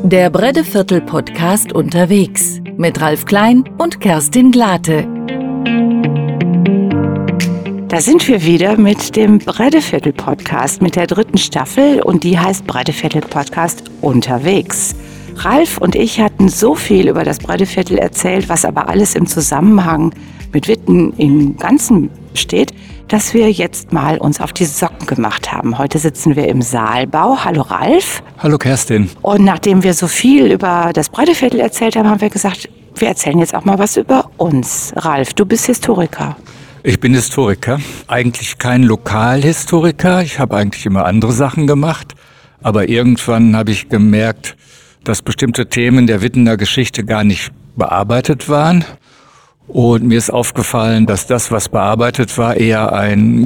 Der Breddeviertel-Podcast unterwegs mit Ralf Klein und Kerstin Glate. Da sind wir wieder mit dem Breddeviertel-Podcast, mit der 3. Staffel, und die heißt Breddeviertel-Podcast unterwegs. Ralf und ich hatten so viel über das Breddeviertel erzählt, was aber alles im Zusammenhang mit Witten im Ganzen steht, dass wir jetzt mal uns auf die Socken gemacht haben. Heute sitzen wir im Saalbau. Hallo Ralf. Hallo Kerstin. Und nachdem wir so viel über das Breddeviertel erzählt haben, haben wir gesagt, wir erzählen jetzt auch mal was über uns. Ralf, du bist Historiker. Ich bin Historiker, eigentlich kein Lokalhistoriker. Ich habe eigentlich immer andere Sachen gemacht. Aber irgendwann habe ich gemerkt, dass bestimmte Themen der Wittener Geschichte gar nicht bearbeitet waren. Und mir ist aufgefallen, dass das, was bearbeitet war, eher einen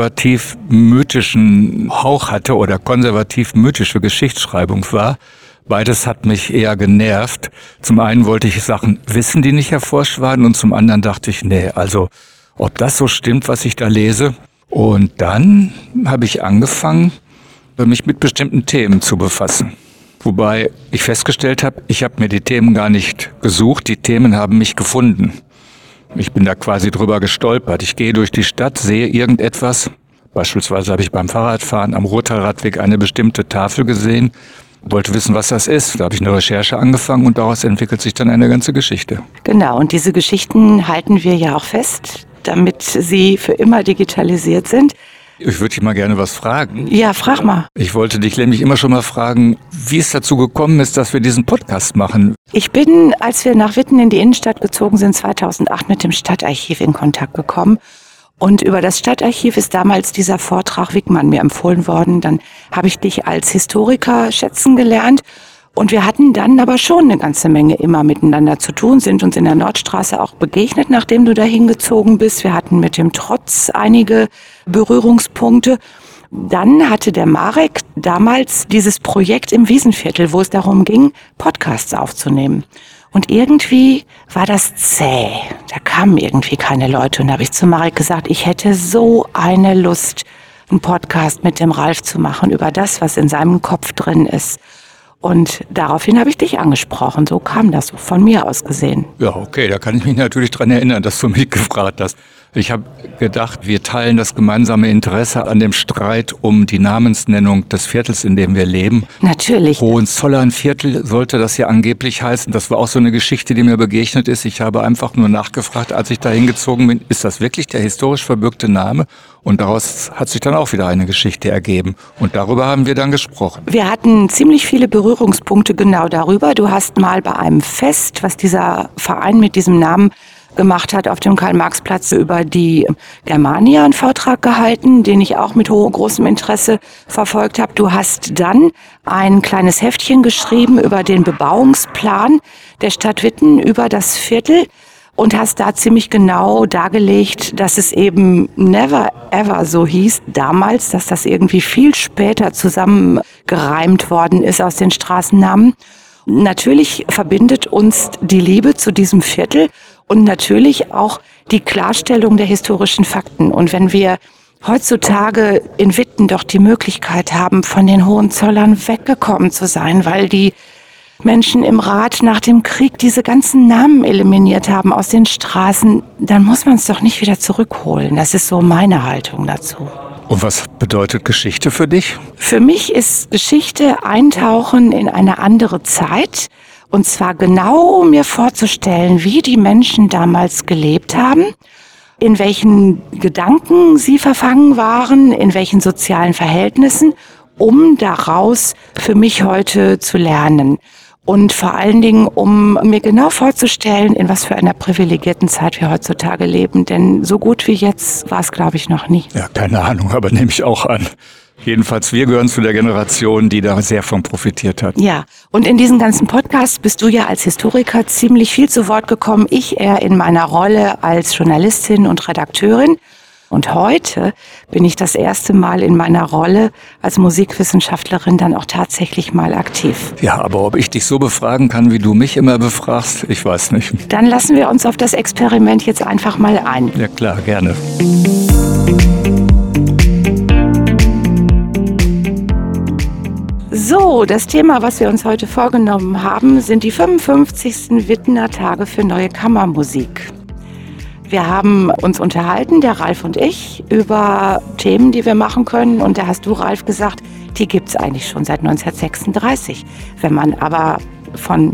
konservativ-mythischen Hauch hatte oder konservativ-mythische Geschichtsschreibung war. Beides hat mich eher genervt. Zum einen wollte ich Sachen wissen, die nicht erforscht waren, und zum anderen dachte ich, nee, also ob das so stimmt, was ich da lese. Und dann habe ich angefangen, mich mit bestimmten Themen zu befassen. Wobei ich festgestellt habe, ich habe mir die Themen gar nicht gesucht, die Themen haben mich gefunden. Ich bin da quasi drüber gestolpert. Ich gehe durch die Stadt, sehe irgendetwas. Beispielsweise habe ich beim Fahrradfahren am Rothaarradweg eine bestimmte Tafel gesehen, wollte wissen, was das ist. Da habe ich eine Recherche angefangen und daraus entwickelt sich dann eine ganze Geschichte. Genau, und diese Geschichten halten wir ja auch fest, damit sie für immer digitalisiert sind. Ich würde dich mal gerne was fragen. Ja, frag mal. Ich wollte dich nämlich immer schon mal fragen, wie es dazu gekommen ist, dass wir diesen Podcast machen. Ich bin, als wir nach Witten in die Innenstadt gezogen sind, 2008 mit dem Stadtarchiv in Kontakt gekommen. Und über das Stadtarchiv ist damals dieser Vortrag Wickmann mir empfohlen worden. Dann habe ich dich als Historiker schätzen gelernt. Und wir hatten dann aber schon eine ganze Menge immer miteinander zu tun, sind uns in der Nordstraße auch begegnet, nachdem du da hingezogen bist. Wir hatten mit dem Trotz einige Berührungspunkte. Dann hatte der Marek damals dieses Projekt im Wiesenviertel, wo es darum ging, Podcasts aufzunehmen. Und irgendwie war das zäh. Da kamen irgendwie keine Leute. Und da habe ich zu Marek gesagt, ich hätte so eine Lust, einen Podcast mit dem Ralf zu machen über das, was in seinem Kopf drin ist. Und daraufhin habe ich dich angesprochen. So kam das von mir aus gesehen. Ja, okay, da kann ich mich natürlich dran erinnern, dass du mich gefragt hast. Ich habe gedacht, wir teilen das gemeinsame Interesse an dem Streit um die Namensnennung des Viertels, in dem wir leben. Natürlich. Hohenzollernviertel sollte das ja angeblich heißen. Das war auch so eine Geschichte, die mir begegnet ist. Ich habe einfach nur nachgefragt, als ich da hingezogen bin, ist das wirklich der historisch verbürgte Name? Und daraus hat sich dann auch wieder eine Geschichte ergeben. Und darüber haben wir dann gesprochen. Wir hatten ziemlich viele Berührungspunkte genau darüber. Du hast mal bei einem Fest, was dieser Verein mit diesem Namen gemacht hat, auf dem Karl-Marx-Platz über die Germania einen Vortrag gehalten, den ich auch mit großem Interesse verfolgt habe. Du hast dann ein kleines Heftchen geschrieben über den Bebauungsplan der Stadt Witten, über das Viertel, und hast da ziemlich genau dargelegt, dass es eben never ever so hieß damals, dass das irgendwie viel später zusammengereimt worden ist aus den Straßennamen. Natürlich verbindet uns die Liebe zu diesem Viertel und natürlich auch die Klarstellung der historischen Fakten. Und wenn wir heutzutage in Witten doch die Möglichkeit haben, von den Hohenzollern weggekommen zu sein, weil die Menschen im Rat nach dem Krieg diese ganzen Namen eliminiert haben aus den Straßen, dann muss man es doch nicht wieder zurückholen. Das ist so meine Haltung dazu. Und was bedeutet Geschichte für dich? Für mich ist Geschichte Eintauchen in eine andere Zeit. Und zwar genau mir vorzustellen, wie die Menschen damals gelebt haben, in welchen Gedanken sie verfangen waren, in welchen sozialen Verhältnissen, um daraus für mich heute zu lernen. Und vor allen Dingen, um mir genau vorzustellen, in was für einer privilegierten Zeit wir heutzutage leben. Denn so gut wie jetzt war es, glaube ich, noch nie. Ja, keine Ahnung, aber nehme ich auch an. Jedenfalls, wir gehören zu der Generation, die da sehr von profitiert hat. Ja, und in diesen ganzen Podcasts bist du ja als Historiker ziemlich viel zu Wort gekommen. Ich eher in meiner Rolle als Journalistin und Redakteurin. Und heute bin ich das erste Mal in meiner Rolle als Musikwissenschaftlerin dann auch tatsächlich mal aktiv. Ja, aber ob ich dich so befragen kann, wie du mich immer befragst, ich weiß nicht. Dann lassen wir uns auf das Experiment jetzt einfach mal ein. Ja klar, gerne. So, das Thema, was wir uns heute vorgenommen haben, sind die 55. Wittener Tage für neue Kammermusik. Wir haben uns unterhalten, der Ralf und ich, über Themen, die wir machen können. Und da hast du, Ralf, gesagt, die gibt es eigentlich schon seit 1936. Wenn man aber von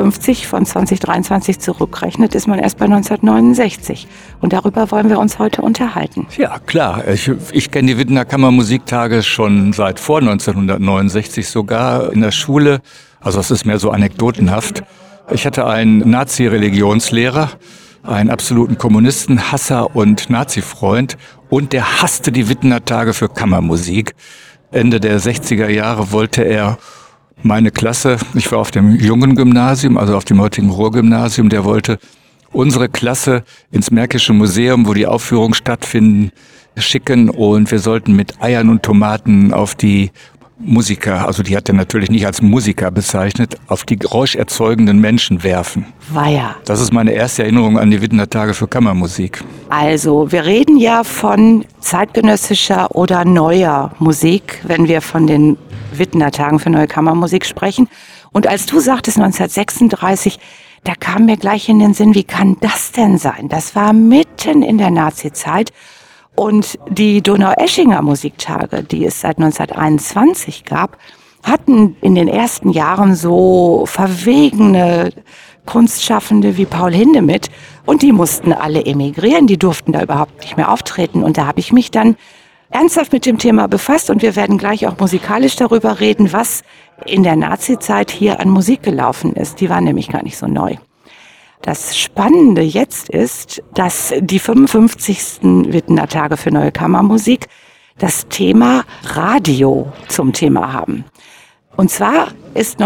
2023 zurückrechnet, ist man erst bei 1969. Und darüber wollen wir uns heute unterhalten. Ja, klar. Ich kenne die Wittener Kammermusiktage schon seit vor 1969 sogar in der Schule. Also es ist mehr so anekdotenhaft. Ich hatte einen Nazi-Religionslehrer, einen absoluten Kommunisten, Hasser und Nazi-Freund. Und der hasste die Wittener Tage für Kammermusik. Ende der 60er Jahre wollte er meine Klasse, ich war auf dem jungen Gymnasium, also auf dem heutigen Ruhr-Gymnasium, der wollte unsere Klasse ins Märkische Museum, wo die Aufführungen stattfinden, schicken und wir sollten mit Eiern und Tomaten auf die Musiker, also die hat er natürlich nicht als Musiker bezeichnet, auf die geräuscherzeugenden Menschen werfen. Weia. Das ist meine erste Erinnerung an die Wittener Tage für Kammermusik. Also, wir reden ja von zeitgenössischer oder neuer Musik, wenn wir von den Wittener Tagen für neue Kammermusik sprechen. Und als du sagtest 1936, da kam mir gleich in den Sinn, wie kann das denn sein? Das war mitten in der Nazi-Zeit. Und die Donaueschinger Musiktage, die es seit 1921 gab, hatten in den ersten Jahren so verwegene Kunstschaffende wie Paul Hindemith. Und die mussten alle emigrieren, die durften da überhaupt nicht mehr auftreten. Und da habe ich mich dann ernsthaft mit dem Thema befasst. Und wir werden gleich auch musikalisch darüber reden, was in der Nazi-Zeit hier an Musik gelaufen ist. Die war nämlich gar nicht so neu. Das Spannende jetzt ist, dass die 55. Wittener Tage für neue Kammermusik das Thema Radio zum Thema haben. Und zwar ist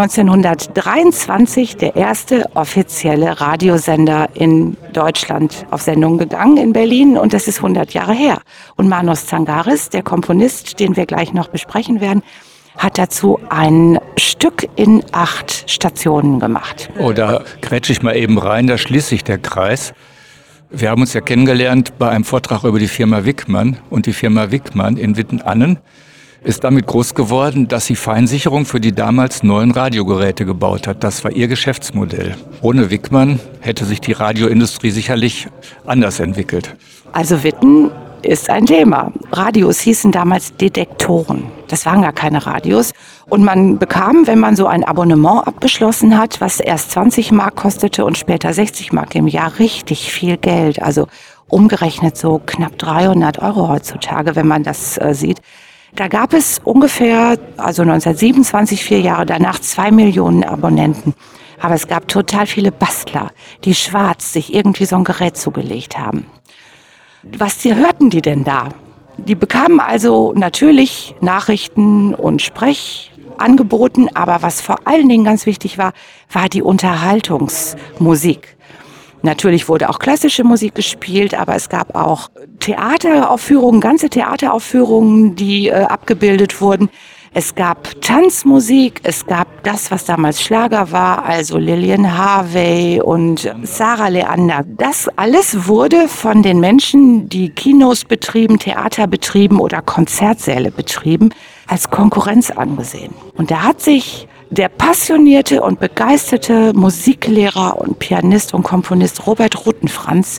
1923 der erste offizielle Radiosender in Deutschland auf Sendung gegangen in Berlin und das ist 100 Jahre her. Und Manos Zangaris, der Komponist, den wir gleich noch besprechen werden, hat dazu ein Stück in 8 Stationen gemacht. Oh, da grätsche ich mal eben rein, da schließt sich der Kreis. Wir haben uns ja kennengelernt bei einem Vortrag über die Firma Wickmann. Und die Firma Wickmann in Wittenannen ist damit groß geworden, dass sie Feinsicherung für die damals neuen Radiogeräte gebaut hat. Das war ihr Geschäftsmodell. Ohne Wickmann hätte sich die Radioindustrie sicherlich anders entwickelt. Also Witten ist ein Thema. Radios hießen damals Detektoren. Das waren gar keine Radios. Und man bekam, wenn man so ein Abonnement abgeschlossen hat, was erst 20 Mark kostete und später 60 Mark im Jahr, richtig viel Geld. Also umgerechnet so knapp 300 € heutzutage, wenn man das sieht. Da gab es ungefähr, also 1927, 4 Jahre danach, 2 Millionen Abonnenten. Aber es gab total viele Bastler, die schwarz sich irgendwie so ein Gerät zugelegt haben. Was hörten die denn da? Die bekamen also natürlich Nachrichten und Sprechangeboten, aber was vor allen Dingen ganz wichtig war, war die Unterhaltungsmusik. Natürlich wurde auch klassische Musik gespielt, aber es gab auch Theateraufführungen, ganze Theateraufführungen, die abgebildet wurden. Es gab Tanzmusik, es gab das, was damals Schlager war, also Lillian Harvey und Sarah Leander. Das alles wurde von den Menschen, die Kinos betrieben, Theater betrieben oder Konzertsäle betrieben, als Konkurrenz angesehen. Und da hat sich der passionierte und begeisterte Musiklehrer und Pianist und Komponist Robert Rutenfranz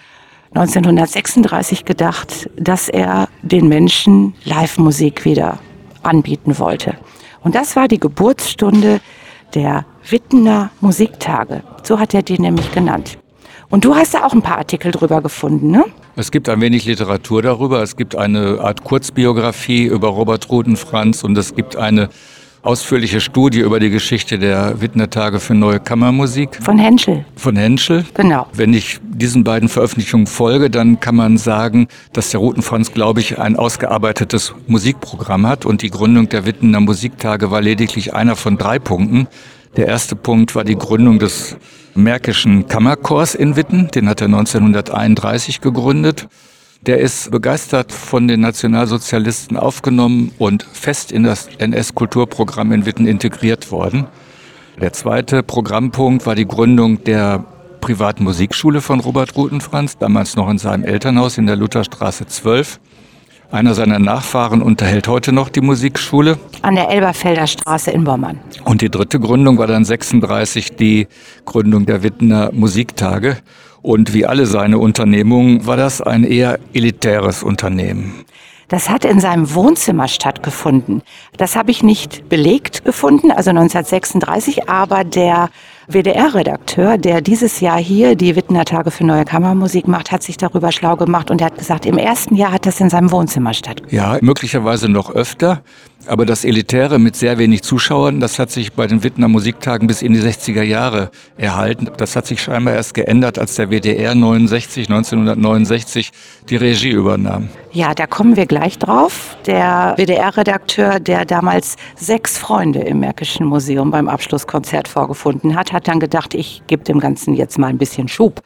1936 gedacht, dass er den Menschen Live-Musik wieder anbieten wollte. Und das war die Geburtsstunde der Wittener Musiktage. So hat er die nämlich genannt. Und du hast da auch ein paar Artikel drüber gefunden, ne? Es gibt ein wenig Literatur darüber. Es gibt eine Art Kurzbiografie über Robert Rutenfranz und es gibt eine ausführliche Studie über die Geschichte der Wittener Tage für neue Kammermusik. Von Henschel. Von Henschel. Genau. Wenn ich diesen beiden Veröffentlichungen folge, dann kann man sagen, dass der Rutenfranz, glaube ich, ein ausgearbeitetes Musikprogramm hat und die Gründung der Wittener Musiktage war lediglich einer von 3 Punkten. Der erste Punkt war die Gründung des Märkischen Kammerchors in Witten. Den hat er 1931 gegründet. Der ist begeistert von den Nationalsozialisten aufgenommen und fest in das NS-Kulturprogramm in Witten integriert worden. Der zweite Programmpunkt war die Gründung der privaten Musikschule von Robert Rutenfranz, damals noch in seinem Elternhaus in der Lutherstraße 12. Einer seiner Nachfahren unterhält heute noch die Musikschule. An der Elberfelder Straße in Bommern. Und die dritte Gründung war dann 36 die Gründung der Wittener Musiktage. Und wie alle seine Unternehmungen war das ein eher elitäres Unternehmen. Das hat in seinem Wohnzimmer stattgefunden. Das habe ich nicht belegt gefunden, also 1936, aber der WDR-Redakteur, der dieses Jahr hier die Wittener Tage für Neue Kammermusik macht, hat sich darüber schlau gemacht und er hat gesagt, im ersten Jahr hat das in seinem Wohnzimmer stattgefunden. Ja, möglicherweise noch öfter, aber das Elitäre mit sehr wenig Zuschauern, das hat sich bei den Wittener Musiktagen bis in die 60er Jahre erhalten. Das hat sich scheinbar erst geändert, als der WDR 1969 die Regie übernahm. Ja, da kommen wir gleich drauf. Der WDR-Redakteur, der damals 6 Freunde im Märkischen Museum beim Abschlusskonzert vorgefunden hat, hat dann gedacht, ich gebe dem Ganzen jetzt mal ein bisschen Schub.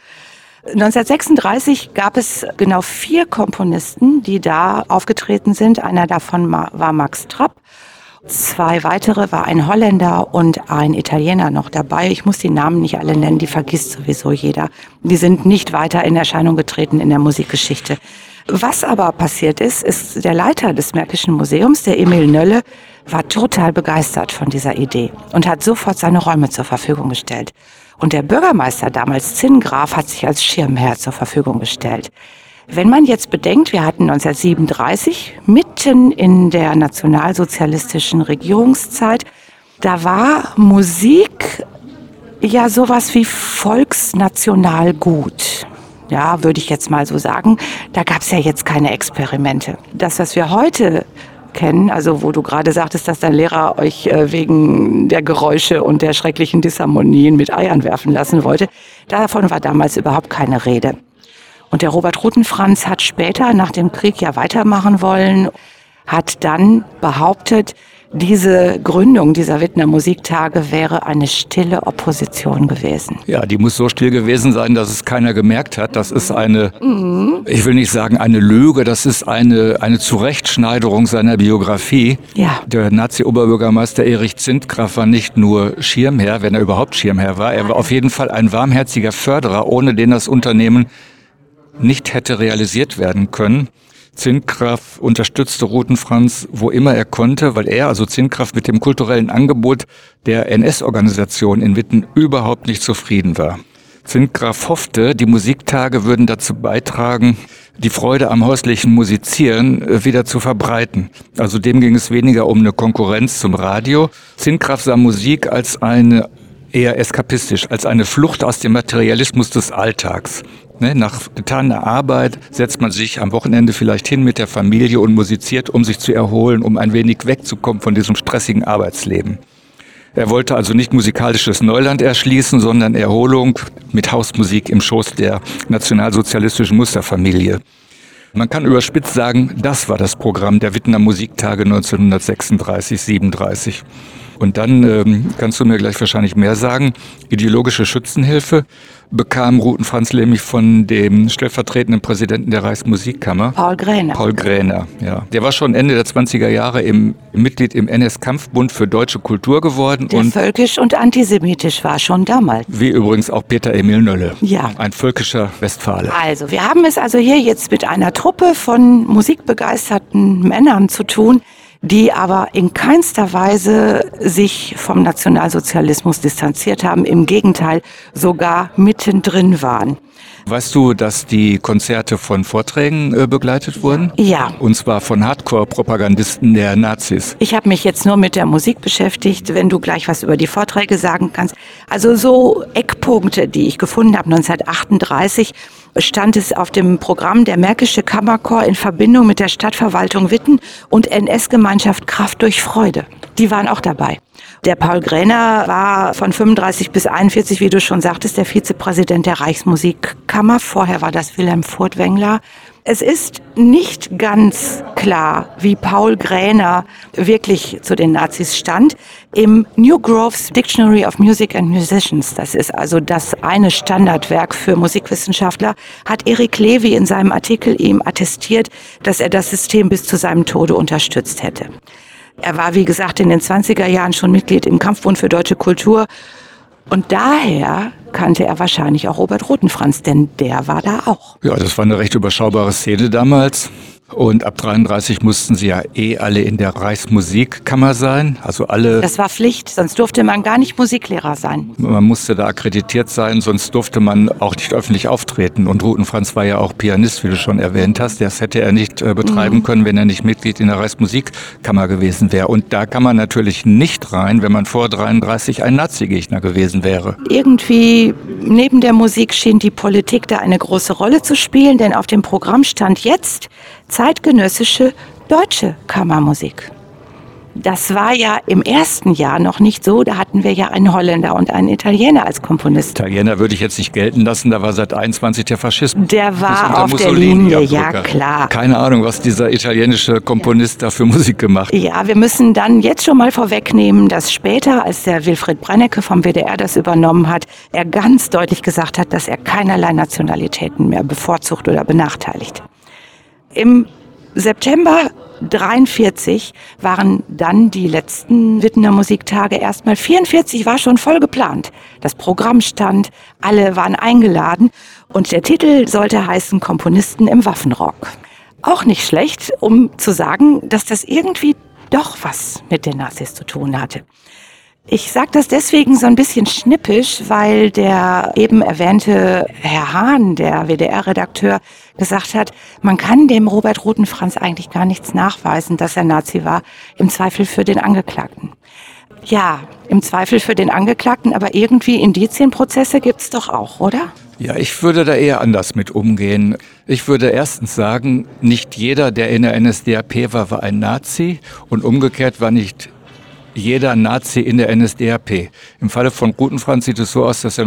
1936 gab es genau 4 Komponisten, die da aufgetreten sind. Einer davon war Max Trapp. 2 weitere war ein Holländer und ein Italiener noch dabei. Ich muss die Namen nicht alle nennen, die vergisst sowieso jeder. Die sind nicht weiter in Erscheinung getreten in der Musikgeschichte. Was aber passiert ist der Leiter des Märkischen Museums, der Emil Nölle, war total begeistert von dieser Idee und hat sofort seine Räume zur Verfügung gestellt. Und der Bürgermeister damals, Zingraf, hat sich als Schirmherr zur Verfügung gestellt. Wenn man jetzt bedenkt, wir hatten 1937, mitten in der nationalsozialistischen Regierungszeit, da war Musik ja sowas wie Volksnationalgut. Ja, würde ich jetzt mal so sagen. Da gab es ja jetzt keine Experimente. Das, was wir heute kennen, also wo du gerade sagtest, dass dein Lehrer euch wegen der Geräusche und der schrecklichen Disharmonien mit Eiern werfen lassen wollte, davon war damals überhaupt keine Rede. Und der Robert Rutenfranz hat später nach dem Krieg ja weitermachen wollen, hat dann behauptet, diese Gründung dieser Wittener Musiktage wäre eine stille Opposition gewesen. Ja, die muss so still gewesen sein, dass es keiner gemerkt hat. Das ist eine, ich will nicht sagen eine Lüge, das ist eine Zurechtschneiderung seiner Biografie. Ja. Der Nazi-Oberbürgermeister Erich Zindgraf war nicht nur Schirmherr, wenn er überhaupt Schirmherr war. Er war auf jeden Fall ein warmherziger Förderer, ohne den das Unternehmen nicht hätte realisiert werden können. Zindgraf unterstützte Rutenfranz, wo immer er konnte, weil er, also Zindgraf, mit dem kulturellen Angebot der NS-Organisation in Witten überhaupt nicht zufrieden war. Zindgraf hoffte, die Musiktage würden dazu beitragen, die Freude am häuslichen Musizieren wieder zu verbreiten. Also dem ging es weniger um eine Konkurrenz zum Radio. Zindgraf sah Musik als eher eskapistisch, als eine Flucht aus dem Materialismus des Alltags. Nach getaner Arbeit setzt man sich am Wochenende vielleicht hin mit der Familie und musiziert, um sich zu erholen, um ein wenig wegzukommen von diesem stressigen Arbeitsleben. Er wollte also nicht musikalisches Neuland erschließen, sondern Erholung mit Hausmusik im Schoß der nationalsozialistischen Musterfamilie. Man kann überspitzt sagen, das war das Programm der Wittener Musiktage 1936, 37. Und dann kannst du mir gleich wahrscheinlich mehr sagen. Ideologische Schützenhilfe bekam Rutenfranz nämlich von dem stellvertretenden Präsidenten der Reichsmusikkammer. Paul Gräner. Paul Gräner, ja. Der war schon Ende der 20er Jahre Mitglied im NS-Kampfbund für deutsche Kultur geworden. Der völkisch und antisemitisch war schon damals. Wie übrigens auch Peter Emil Nölle. Ja. Ein völkischer Westfale. Also, wir haben es also hier jetzt mit einer Truppe von musikbegeisterten Männern zu tun, die aber in keinster Weise sich vom Nationalsozialismus distanziert haben, im Gegenteil sogar mittendrin waren. Weißt du, dass die Konzerte von Vorträgen begleitet wurden? Ja. Und zwar von Hardcore-Propagandisten der Nazis. Ich habe mich jetzt nur mit der Musik beschäftigt, wenn du gleich was über die Vorträge sagen kannst. Also so Eckpunkte, die ich gefunden habe, 1938 stand es auf dem Programm der Märkische Kammerchor in Verbindung mit der Stadtverwaltung Witten und NS-Gemeinschaft Kraft durch Freude. Die waren auch dabei. Der Paul Gräner war von 35 bis 41, wie du schon sagtest, der Vizepräsident der Reichsmusikkammer. Vorher war das Wilhelm Furtwängler. Es ist nicht ganz klar, wie Paul Gräner wirklich zu den Nazis stand. Im New Groves Dictionary of Music and Musicians, das ist also das eine Standardwerk für Musikwissenschaftler, hat Erik Levy in seinem Artikel ihm attestiert, dass er das System bis zu seinem Tode unterstützt hätte. Er war, wie gesagt, in den 20er Jahren schon Mitglied im Kampfbund für deutsche Kultur. Und daher kannte er wahrscheinlich auch Robert Rutenfranz, denn der war da auch. Ja, das war eine recht überschaubare Szene damals. Und ab 33 mussten sie ja alle in der Reichsmusikkammer sein. Also alle. Das war Pflicht, sonst durfte man gar nicht Musiklehrer sein. Man musste da akkreditiert sein, sonst durfte man auch nicht öffentlich auftreten. Und Ruten Franz war ja auch Pianist, wie du schon erwähnt hast. Das hätte er nicht betreiben können, wenn er nicht Mitglied in der Reichsmusikkammer gewesen wäre. Und da kann man natürlich nicht rein, wenn man vor 33 ein Nazi-Gegner gewesen wäre. Irgendwie neben der Musik schien die Politik da eine große Rolle zu spielen, denn auf dem Programm stand jetzt zeitgenössische deutsche Kammermusik. Das war ja im ersten Jahr noch nicht so. Da hatten wir ja einen Holländer und einen Italiener als Komponist. Italiener würde ich jetzt nicht gelten lassen, da war seit 21 der Faschismus. Der war auf der Linie, ja klar. Keine Ahnung, was dieser italienische Komponist da für Musik gemacht hat. Ja, wir müssen dann jetzt schon mal vorwegnehmen, dass später, als der Wilfried Brennecke vom WDR das übernommen hat, er ganz deutlich gesagt hat, dass er keinerlei Nationalitäten mehr bevorzugt oder benachteiligt. Im September 43 waren dann die letzten Wittener Musiktage. Erstmal 44 war schon voll geplant. Das Programm stand, alle waren eingeladen und der Titel sollte heißen Komponisten im Waffenrock. Auch nicht schlecht, um zu sagen, dass das irgendwie doch was mit den Nazis zu tun hatte. Ich sage das deswegen so ein bisschen schnippisch, weil der eben erwähnte Herr Hahn, der WDR-Redakteur, gesagt hat, man kann dem Robert Ruten Franz eigentlich gar nichts nachweisen, dass er Nazi war, im Zweifel für den Angeklagten. Ja, im Zweifel für den Angeklagten, aber irgendwie Indizienprozesse gibt's doch auch, oder? Ja, ich würde da eher anders mit umgehen. Ich würde erstens sagen, nicht jeder, der in der NSDAP war, war ein Nazi und umgekehrt war nicht jeder Nazi in der NSDAP. Im Falle von Ruten Franz sieht es so aus, dass er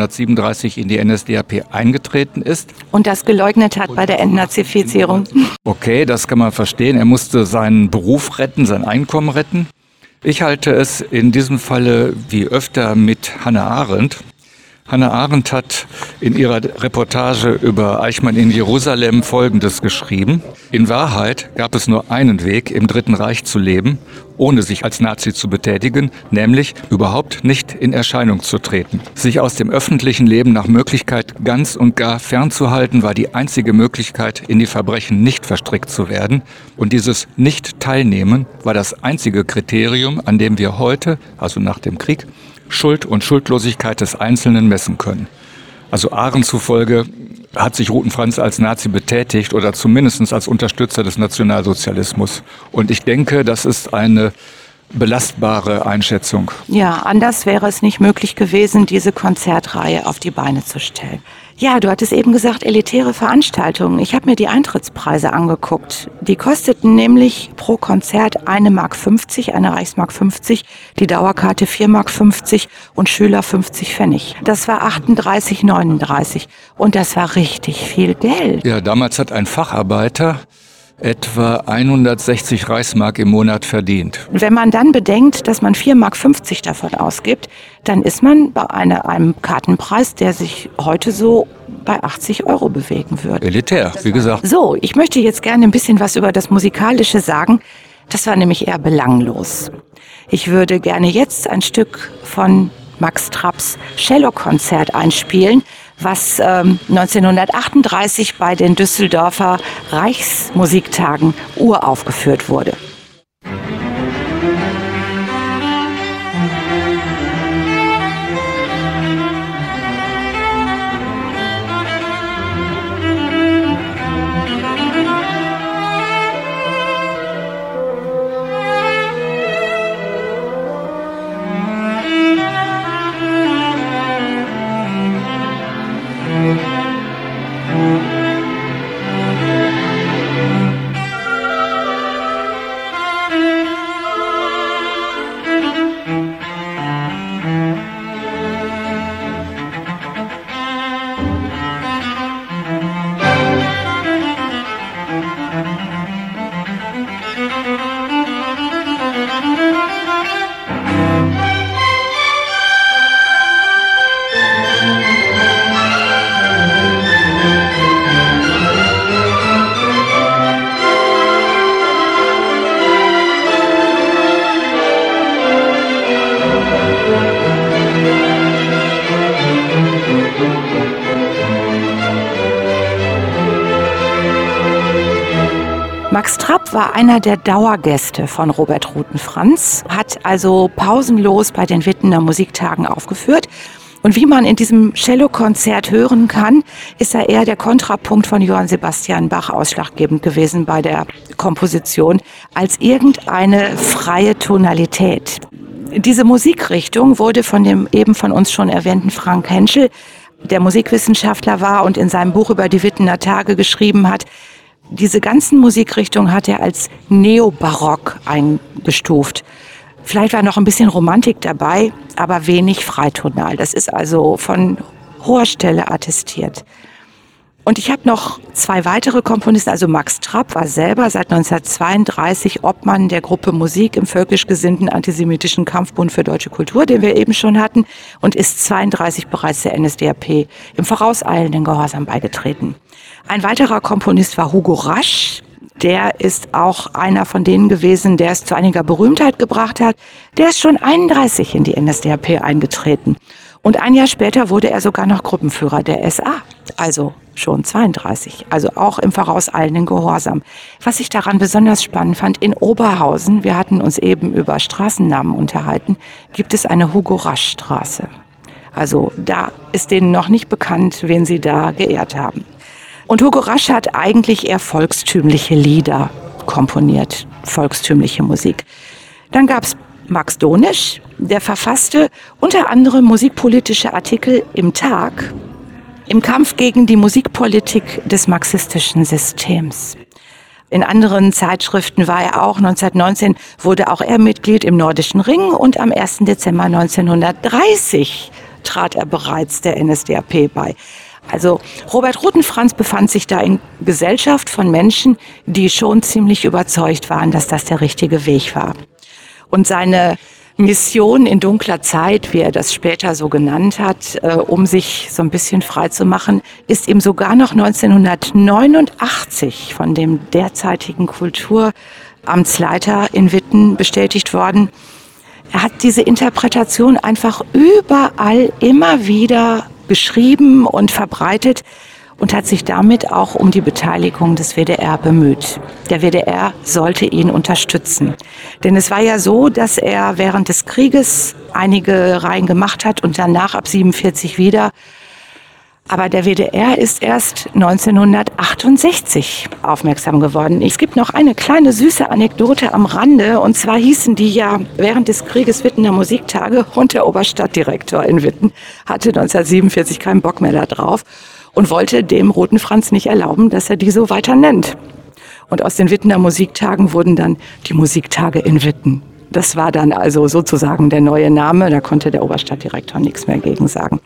1937 in die NSDAP eingetreten ist. Und das geleugnet hat bei der Entnazifizierung. Okay, das kann man verstehen. Er musste seinen Beruf retten, sein Einkommen retten. Ich halte es in diesem Falle wie öfter mit Hannah Arendt. Hannah Arendt hat in ihrer Reportage über Eichmann in Jerusalem Folgendes geschrieben. In Wahrheit gab es nur einen Weg, im Dritten Reich zu leben, ohne sich als Nazi zu betätigen, nämlich überhaupt nicht in Erscheinung zu treten. Sich aus dem öffentlichen Leben nach Möglichkeit ganz und gar fernzuhalten, war die einzige Möglichkeit, in die Verbrechen nicht verstrickt zu werden. Und dieses Nicht-Teilnehmen war das einzige Kriterium, an dem wir heute, also nach dem Krieg, Schuld und Schuldlosigkeit des Einzelnen messen können. Also Arendt zufolge hat sich Ruten Franz als Nazi betätigt oder zumindest als Unterstützer des Nationalsozialismus. Und ich denke, das ist eine belastbare Einschätzung. Ja, anders wäre es nicht möglich gewesen, diese Konzertreihe auf die Beine zu stellen. Ja, du hattest eben gesagt, elitäre Veranstaltungen. Ich habe mir die Eintrittspreise angeguckt. Die kosteten nämlich pro Konzert 1,50 Mark, eine Reichsmark 50, die Dauerkarte 4,50 Mark und Schüler 50 Pfennig. Das war 38,39 und das war richtig viel Geld. Ja, damals hat ein Facharbeiter etwa 160 Reichsmark im Monat verdient. Wenn man dann bedenkt, dass man 4,50 Mark davon ausgibt, dann ist man bei einem Kartenpreis, der sich heute so bei 80 € bewegen würde. Elitär, wie gesagt. So, ich möchte jetzt gerne ein bisschen was über das Musikalische sagen. Das war nämlich eher belanglos. Ich würde gerne jetzt ein Stück von Max Trapps Cellokonzert einspielen, was 1938 bei den Düsseldorfer Reichsmusiktagen uraufgeführt wurde. Max Trapp war einer der Dauergäste von Robert Rutenfranz, hat also pausenlos bei den Wittener Musiktagen aufgeführt. Und wie man in diesem Cellokonzert hören kann, ist er eher der Kontrapunkt von Johann Sebastian Bach ausschlaggebend gewesen bei der Komposition als irgendeine freie Tonalität. Diese Musikrichtung wurde von dem eben von uns schon erwähnten Frank Henschel, der Musikwissenschaftler war und in seinem Buch über die Wittener Tage geschrieben hat, diese ganzen Musikrichtungen hat er als Neobarock eingestuft. Vielleicht war noch ein bisschen Romantik dabei, aber wenig freitonal. Das ist also von hoher Stelle attestiert. Und ich habe noch 2 weitere Komponisten. Also Max Trapp war selber seit 1932 Obmann der Gruppe Musik im völkisch gesinnten antisemitischen Kampfbund für deutsche Kultur, den wir eben schon hatten, und ist 1932 bereits der NSDAP im vorauseilenden Gehorsam beigetreten. Ein weiterer Komponist war Hugo Rasch. Der ist auch einer von denen gewesen, der es zu einiger Berühmtheit gebracht hat. Der ist schon 1931 in die NSDAP eingetreten. Und ein Jahr später wurde er sogar noch Gruppenführer der SA, also schon 1932, also auch im vorauseilenden Gehorsam. Was ich daran besonders spannend fand, in Oberhausen, wir hatten uns eben über Straßennamen unterhalten, gibt es eine Hugo-Rasch-Straße. Also da ist denen noch nicht bekannt, wen sie da geehrt haben. Und Hugo Rasch hat eigentlich eher volkstümliche Lieder komponiert, volkstümliche Musik. Dann gab's Max Donisch, der verfasste unter anderem musikpolitische Artikel im Tag im Kampf gegen die Musikpolitik des marxistischen Systems. In anderen Zeitschriften war er auch. 1919 wurde auch er Mitglied im Nordischen Ring und am 1. Dezember 1930 trat er bereits der NSDAP bei. Also Robert Rutenfranz befand sich da in Gesellschaft von Menschen, die schon ziemlich überzeugt waren, dass das der richtige Weg war. Und seine Mission in dunkler Zeit, wie er das später so genannt hat, um sich so ein bisschen frei zu machen, ist ihm sogar noch 1989 von dem derzeitigen Kulturamtsleiter in Witten bestätigt worden. Er hat diese Interpretation einfach überall immer wieder beschrieben und verbreitet und hat sich damit auch um die Beteiligung des WDR bemüht. Der WDR sollte ihn unterstützen. Denn es war ja so, dass er während des Krieges einige Reihen gemacht hat und danach ab 1947 wieder. Aber der WDR ist erst 1968 aufmerksam geworden. Es gibt noch eine kleine süße Anekdote am Rande. Und zwar hießen die ja während des Krieges Wittener Musiktage und der Oberstadtdirektor in Witten hatte 1947 keinen Bock mehr da drauf und wollte dem Rutenfranz nicht erlauben, dass er die so weiter nennt. Und aus den Wittener Musiktagen wurden dann die Musiktage in Witten. Das war dann also sozusagen der neue Name. Da konnte der Oberstadtdirektor nichts mehr gegen sagen.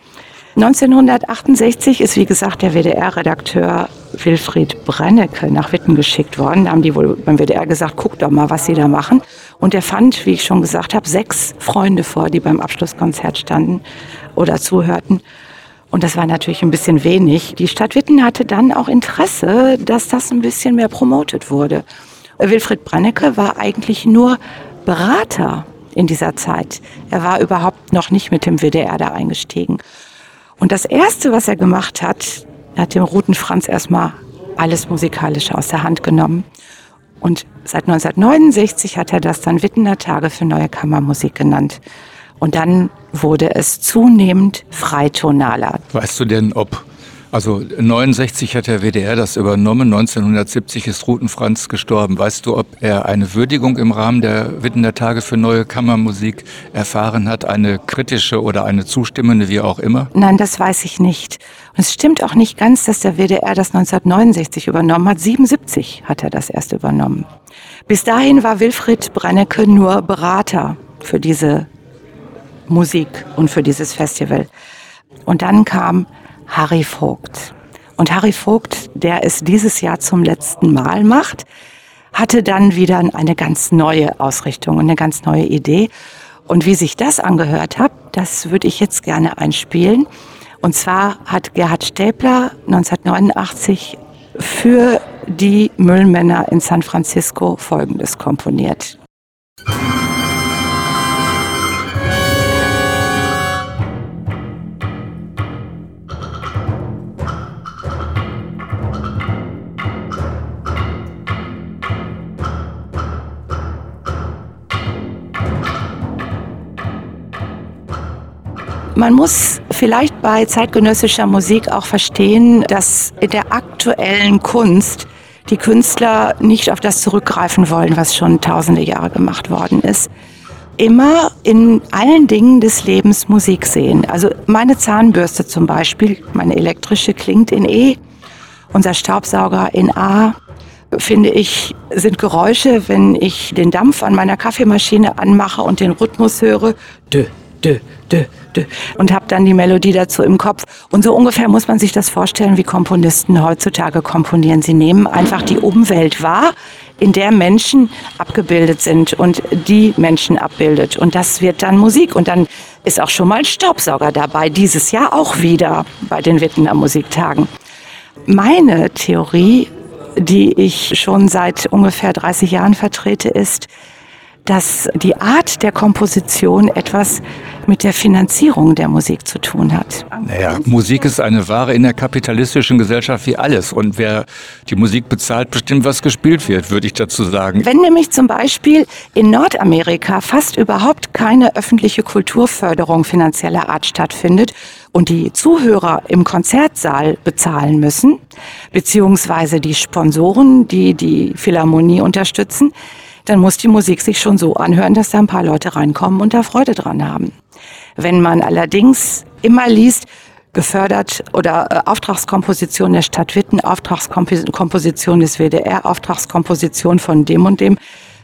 1968 ist, wie gesagt, der WDR-Redakteur Wilfried Brennecke nach Witten geschickt worden. Da haben die wohl beim WDR gesagt, guck doch mal, was sie da machen. Und er fand, wie ich schon gesagt habe, 6 Freunde vor, die beim Abschlusskonzert standen oder zuhörten. Und das war natürlich ein bisschen wenig. Die Stadt Witten hatte dann auch Interesse, dass das ein bisschen mehr promotet wurde. Wilfried Brennecke war eigentlich nur Berater in dieser Zeit. Er war überhaupt noch nicht mit dem WDR da eingestiegen. Und das Erste, was er gemacht hat, er hat dem Rutenfranz erstmal alles Musikalische aus der Hand genommen. Und seit 1969 hat er das dann Wittener Tage für neue Kammermusik genannt. Und dann wurde es zunehmend freitonaler. Weißt du denn, also 1969 hat der WDR das übernommen, 1970 ist Rutenfranz gestorben. Weißt du, ob er eine Würdigung im Rahmen der Wittener Tage für neue Kammermusik erfahren hat, eine kritische oder eine zustimmende, wie auch immer? Nein, das weiß ich nicht. Und es stimmt auch nicht ganz, dass der WDR das 1969 übernommen hat. 1977 hat er das erst übernommen. Bis dahin war Wilfried Brennecke nur Berater für diese Musik und für dieses Festival. Und dann kam Harry Vogt. Und Harry Vogt, der es dieses Jahr zum letzten Mal macht, hatte dann wieder eine ganz neue Ausrichtung und eine ganz neue Idee. Und wie sich das angehört hat, das würde ich jetzt gerne einspielen. Und zwar hat Gerhard Stäbler 1989 für die Müllmänner in San Francisco Folgendes komponiert. Man muss vielleicht bei zeitgenössischer Musik auch verstehen, dass in der aktuellen Kunst die Künstler nicht auf das zurückgreifen wollen, was schon tausende Jahre gemacht worden ist. Immer in allen Dingen des Lebens Musik sehen. Also meine Zahnbürste zum Beispiel, meine elektrische, klingt in E, unser Staubsauger in A. Finde ich, sind Geräusche, wenn ich den Dampf an meiner Kaffeemaschine anmache und den Rhythmus höre, dö, dö, dö, dö, und habe dann die Melodie dazu im Kopf. Und so ungefähr muss man sich das vorstellen, wie Komponisten heutzutage komponieren. Sie nehmen einfach die Umwelt wahr, in der Menschen abgebildet sind und die Menschen abbildet. Und das wird dann Musik. Und dann ist auch schon mal ein Staubsauger dabei, dieses Jahr auch wieder bei den Wittener Musiktagen. Meine Theorie, die ich schon seit ungefähr 30 Jahren vertrete, ist, dass die Art der Komposition etwas mit der Finanzierung der Musik zu tun hat. Naja, Musik ist eine Ware in der kapitalistischen Gesellschaft wie alles. Und wer die Musik bezahlt, bestimmt, was gespielt wird, würde ich dazu sagen. Wenn nämlich zum Beispiel in Nordamerika fast überhaupt keine öffentliche Kulturförderung finanzieller Art stattfindet und die Zuhörer im Konzertsaal bezahlen müssen, beziehungsweise die Sponsoren, die die Philharmonie unterstützen, dann muss die Musik sich schon so anhören, dass da ein paar Leute reinkommen und da Freude dran haben. Wenn man allerdings immer liest, gefördert oder Auftragskomposition der Stadt Witten, Auftragskomposition des WDR, Auftragskomposition von dem und dem,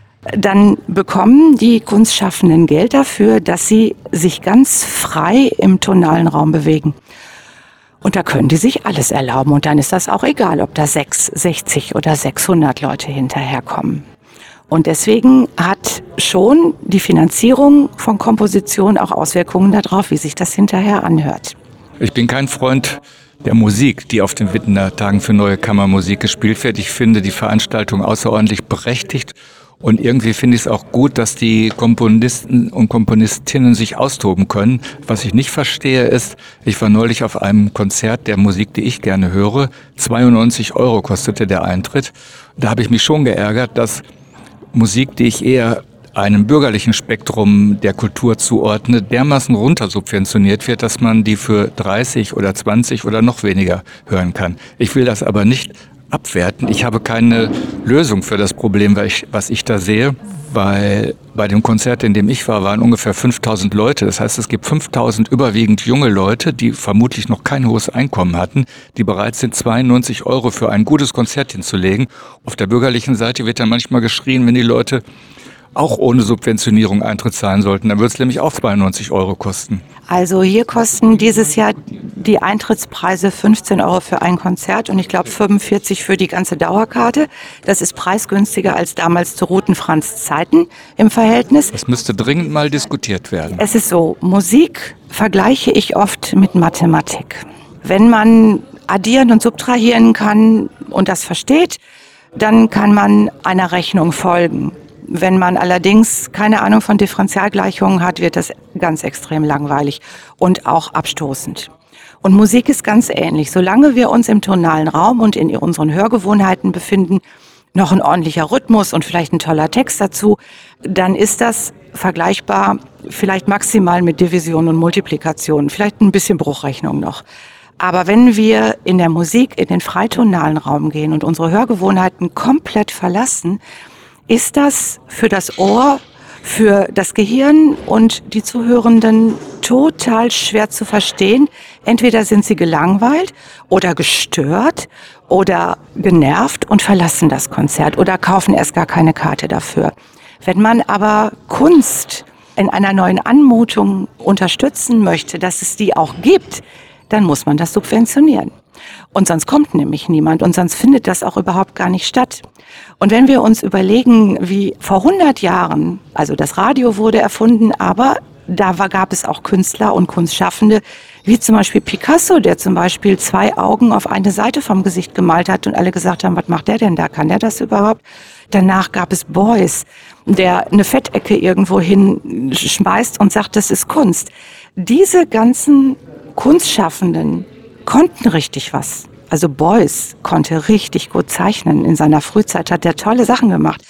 dann bekommen die Kunstschaffenden Geld dafür, dass sie sich ganz frei im tonalen Raum bewegen. Und da können die sich alles erlauben. Und dann ist das auch egal, ob da 6, 60 oder 600 Leute hinterherkommen. Und deswegen hat schon die Finanzierung von Komposition auch Auswirkungen darauf, wie sich das hinterher anhört. Ich bin kein Freund der Musik, die auf den Wittener Tagen für neue Kammermusik gespielt wird. Ich finde die Veranstaltung außerordentlich berechtigt. Und irgendwie finde ich es auch gut, dass die Komponisten und Komponistinnen sich austoben können. Was ich nicht verstehe ist, ich war neulich auf einem Konzert der Musik, die ich gerne höre. 92 € kostete der Eintritt. Da habe ich mich schon geärgert, dass Musik, die ich eher einem bürgerlichen Spektrum der Kultur zuordne, dermaßen runtersubventioniert wird, dass man die für 30 oder 20 oder noch weniger hören kann. Ich will das aber nicht abwerten. Ich habe keine Lösung für das Problem, was ich da sehe, weil bei dem Konzert, in dem ich war, waren ungefähr 5000 Leute. Das heißt, es gibt 5000 überwiegend junge Leute, die vermutlich noch kein hohes Einkommen hatten, die bereit sind, 92 € für ein gutes Konzert hinzulegen. Auf der bürgerlichen Seite wird dann manchmal geschrien, wenn die Leute auch ohne Subventionierung Eintritt zahlen sollten. Dann wird es nämlich auch 92 € kosten. Also hier kosten dieses Jahr die Eintrittspreise 15 € für ein Konzert und ich glaube 45 für die ganze Dauerkarte. Das ist preisgünstiger als damals zu Rutenfranz Zeiten im Verhältnis. Das müsste dringend mal diskutiert werden. Es ist so, Musik vergleiche ich oft mit Mathematik. Wenn man addieren und subtrahieren kann und das versteht, dann kann man einer Rechnung folgen. Wenn man allerdings keine Ahnung von Differentialgleichungen hat, wird das ganz extrem langweilig und auch abstoßend. Und Musik ist ganz ähnlich. Solange wir uns im tonalen Raum und in unseren Hörgewohnheiten befinden, noch ein ordentlicher Rhythmus und vielleicht ein toller Text dazu, dann ist das vergleichbar vielleicht maximal mit Division und Multiplikation, vielleicht ein bisschen Bruchrechnung noch. Aber wenn wir in der Musik in den freitonalen Raum gehen und unsere Hörgewohnheiten komplett verlassen, ist das für das Ohr, für das Gehirn und die Zuhörenden total schwer zu verstehen. Entweder sind sie gelangweilt oder gestört oder genervt und verlassen das Konzert oder kaufen erst gar keine Karte dafür. Wenn man aber Kunst in einer neuen Anmutung unterstützen möchte, dass es die auch gibt, dann muss man das subventionieren. Und sonst kommt nämlich niemand und sonst findet das auch überhaupt gar nicht statt. Und wenn wir uns überlegen, wie vor 100 Jahren, also das Radio wurde erfunden, aber gab es auch Künstler und Kunstschaffende, wie zum Beispiel Picasso, der zum Beispiel 2 Augen auf eine Seite vom Gesicht gemalt hat und alle gesagt haben, was macht der denn da? Kann der das überhaupt? Danach gab es Beuys, der eine Fettecke irgendwo hin schmeißt und sagt, das ist Kunst. Diese ganzen Kunstschaffenden konnten richtig was. Also Beuys konnte richtig gut zeichnen. In seiner Frühzeit hat er tolle Sachen gemacht.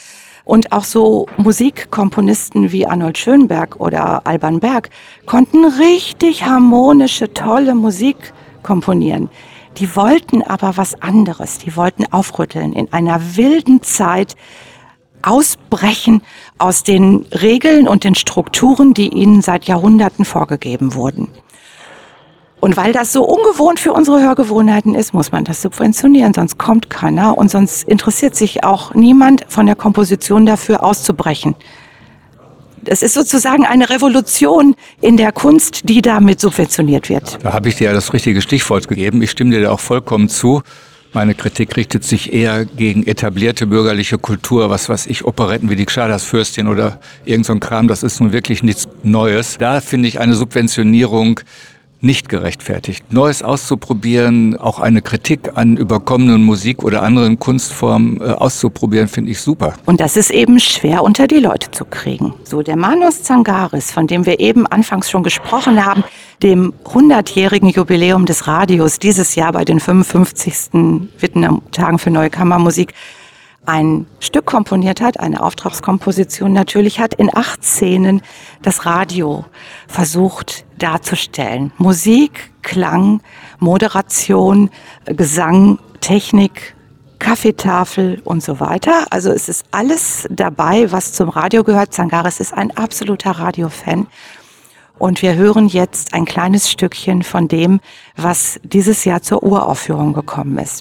Und auch so Musikkomponisten wie Arnold Schönberg oder Alban Berg konnten richtig harmonische, tolle Musik komponieren. Die wollten aber was anderes. Die wollten aufrütteln, in einer wilden Zeit ausbrechen aus den Regeln und den Strukturen, die ihnen seit Jahrhunderten vorgegeben wurden. Und weil das so ungewohnt für unsere Hörgewohnheiten ist, muss man das subventionieren, sonst kommt keiner und sonst interessiert sich auch niemand von der Komposition dafür auszubrechen. Es ist sozusagen eine Revolution in der Kunst, die damit subventioniert wird. Da habe ich dir ja das richtige Stichwort gegeben. Ich stimme dir da auch vollkommen zu. Meine Kritik richtet sich eher gegen etablierte bürgerliche Kultur, was weiß ich, Operetten wie die Xardas-Fürstin oder irgend so ein Kram, das ist nun wirklich nichts Neues. Da finde ich eine Subventionierung nicht gerechtfertigt. Neues auszuprobieren, auch eine Kritik an überkommenen Musik oder anderen Kunstformen auszuprobieren, finde ich super. Und das ist eben schwer unter die Leute zu kriegen. So, der Manos Tsangaris, von dem wir eben anfangs schon gesprochen haben, dem 100-jährigen Jubiläum des Radios dieses Jahr bei den 55. Wittener Tagen für Neue Kammermusik, ein Stück komponiert hat, eine Auftragskomposition natürlich, hat in 8 Szenen das Radio versucht darzustellen. Musik, Klang, Moderation, Gesang, Technik, Kaffeetafel und so weiter. Also es ist alles dabei, was zum Radio gehört. Tsangaris ist ein absoluter Radiofan. Und wir hören jetzt ein kleines Stückchen von dem, was dieses Jahr zur Uraufführung gekommen ist.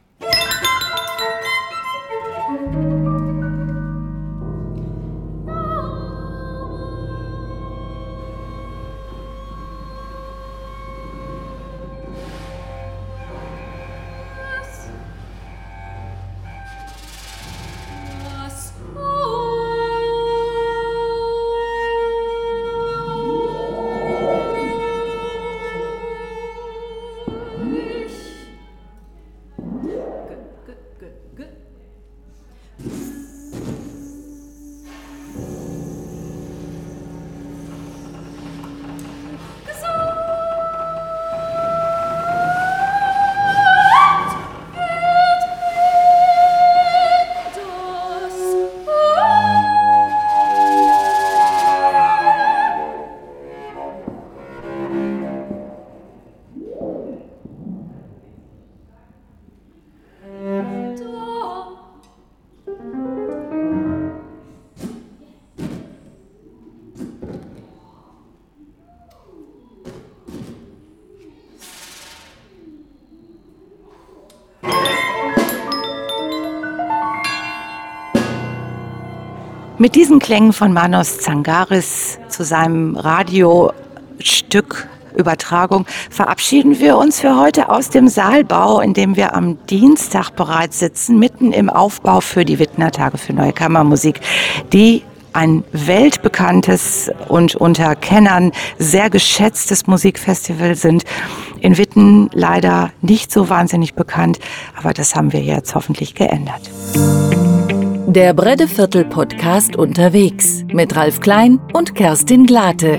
Mit diesen Klängen von Manos Tsangaris zu seinem Radiostück Übertragung verabschieden wir uns für heute aus dem Saalbau, in dem wir am Dienstag bereits sitzen, mitten im Aufbau für die Wittener Tage für Neue Kammermusik, die ein weltbekanntes und unter Kennern sehr geschätztes Musikfestival sind. In Witten leider nicht so wahnsinnig bekannt, aber das haben wir jetzt hoffentlich geändert. Der Breddeviertel-Podcast unterwegs mit Ralf Klein und Kerstin Glate.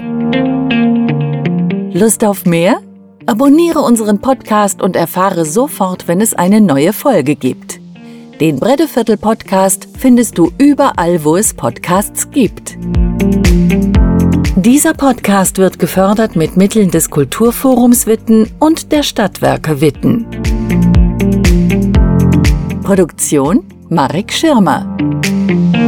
Lust auf mehr? Abonniere unseren Podcast und erfahre sofort, wenn es eine neue Folge gibt. Den Breddeviertel-Podcast findest du überall, wo es Podcasts gibt. Dieser Podcast wird gefördert mit Mitteln des Kulturforums Witten und der Stadtwerke Witten. Produktion Marek Schirmer.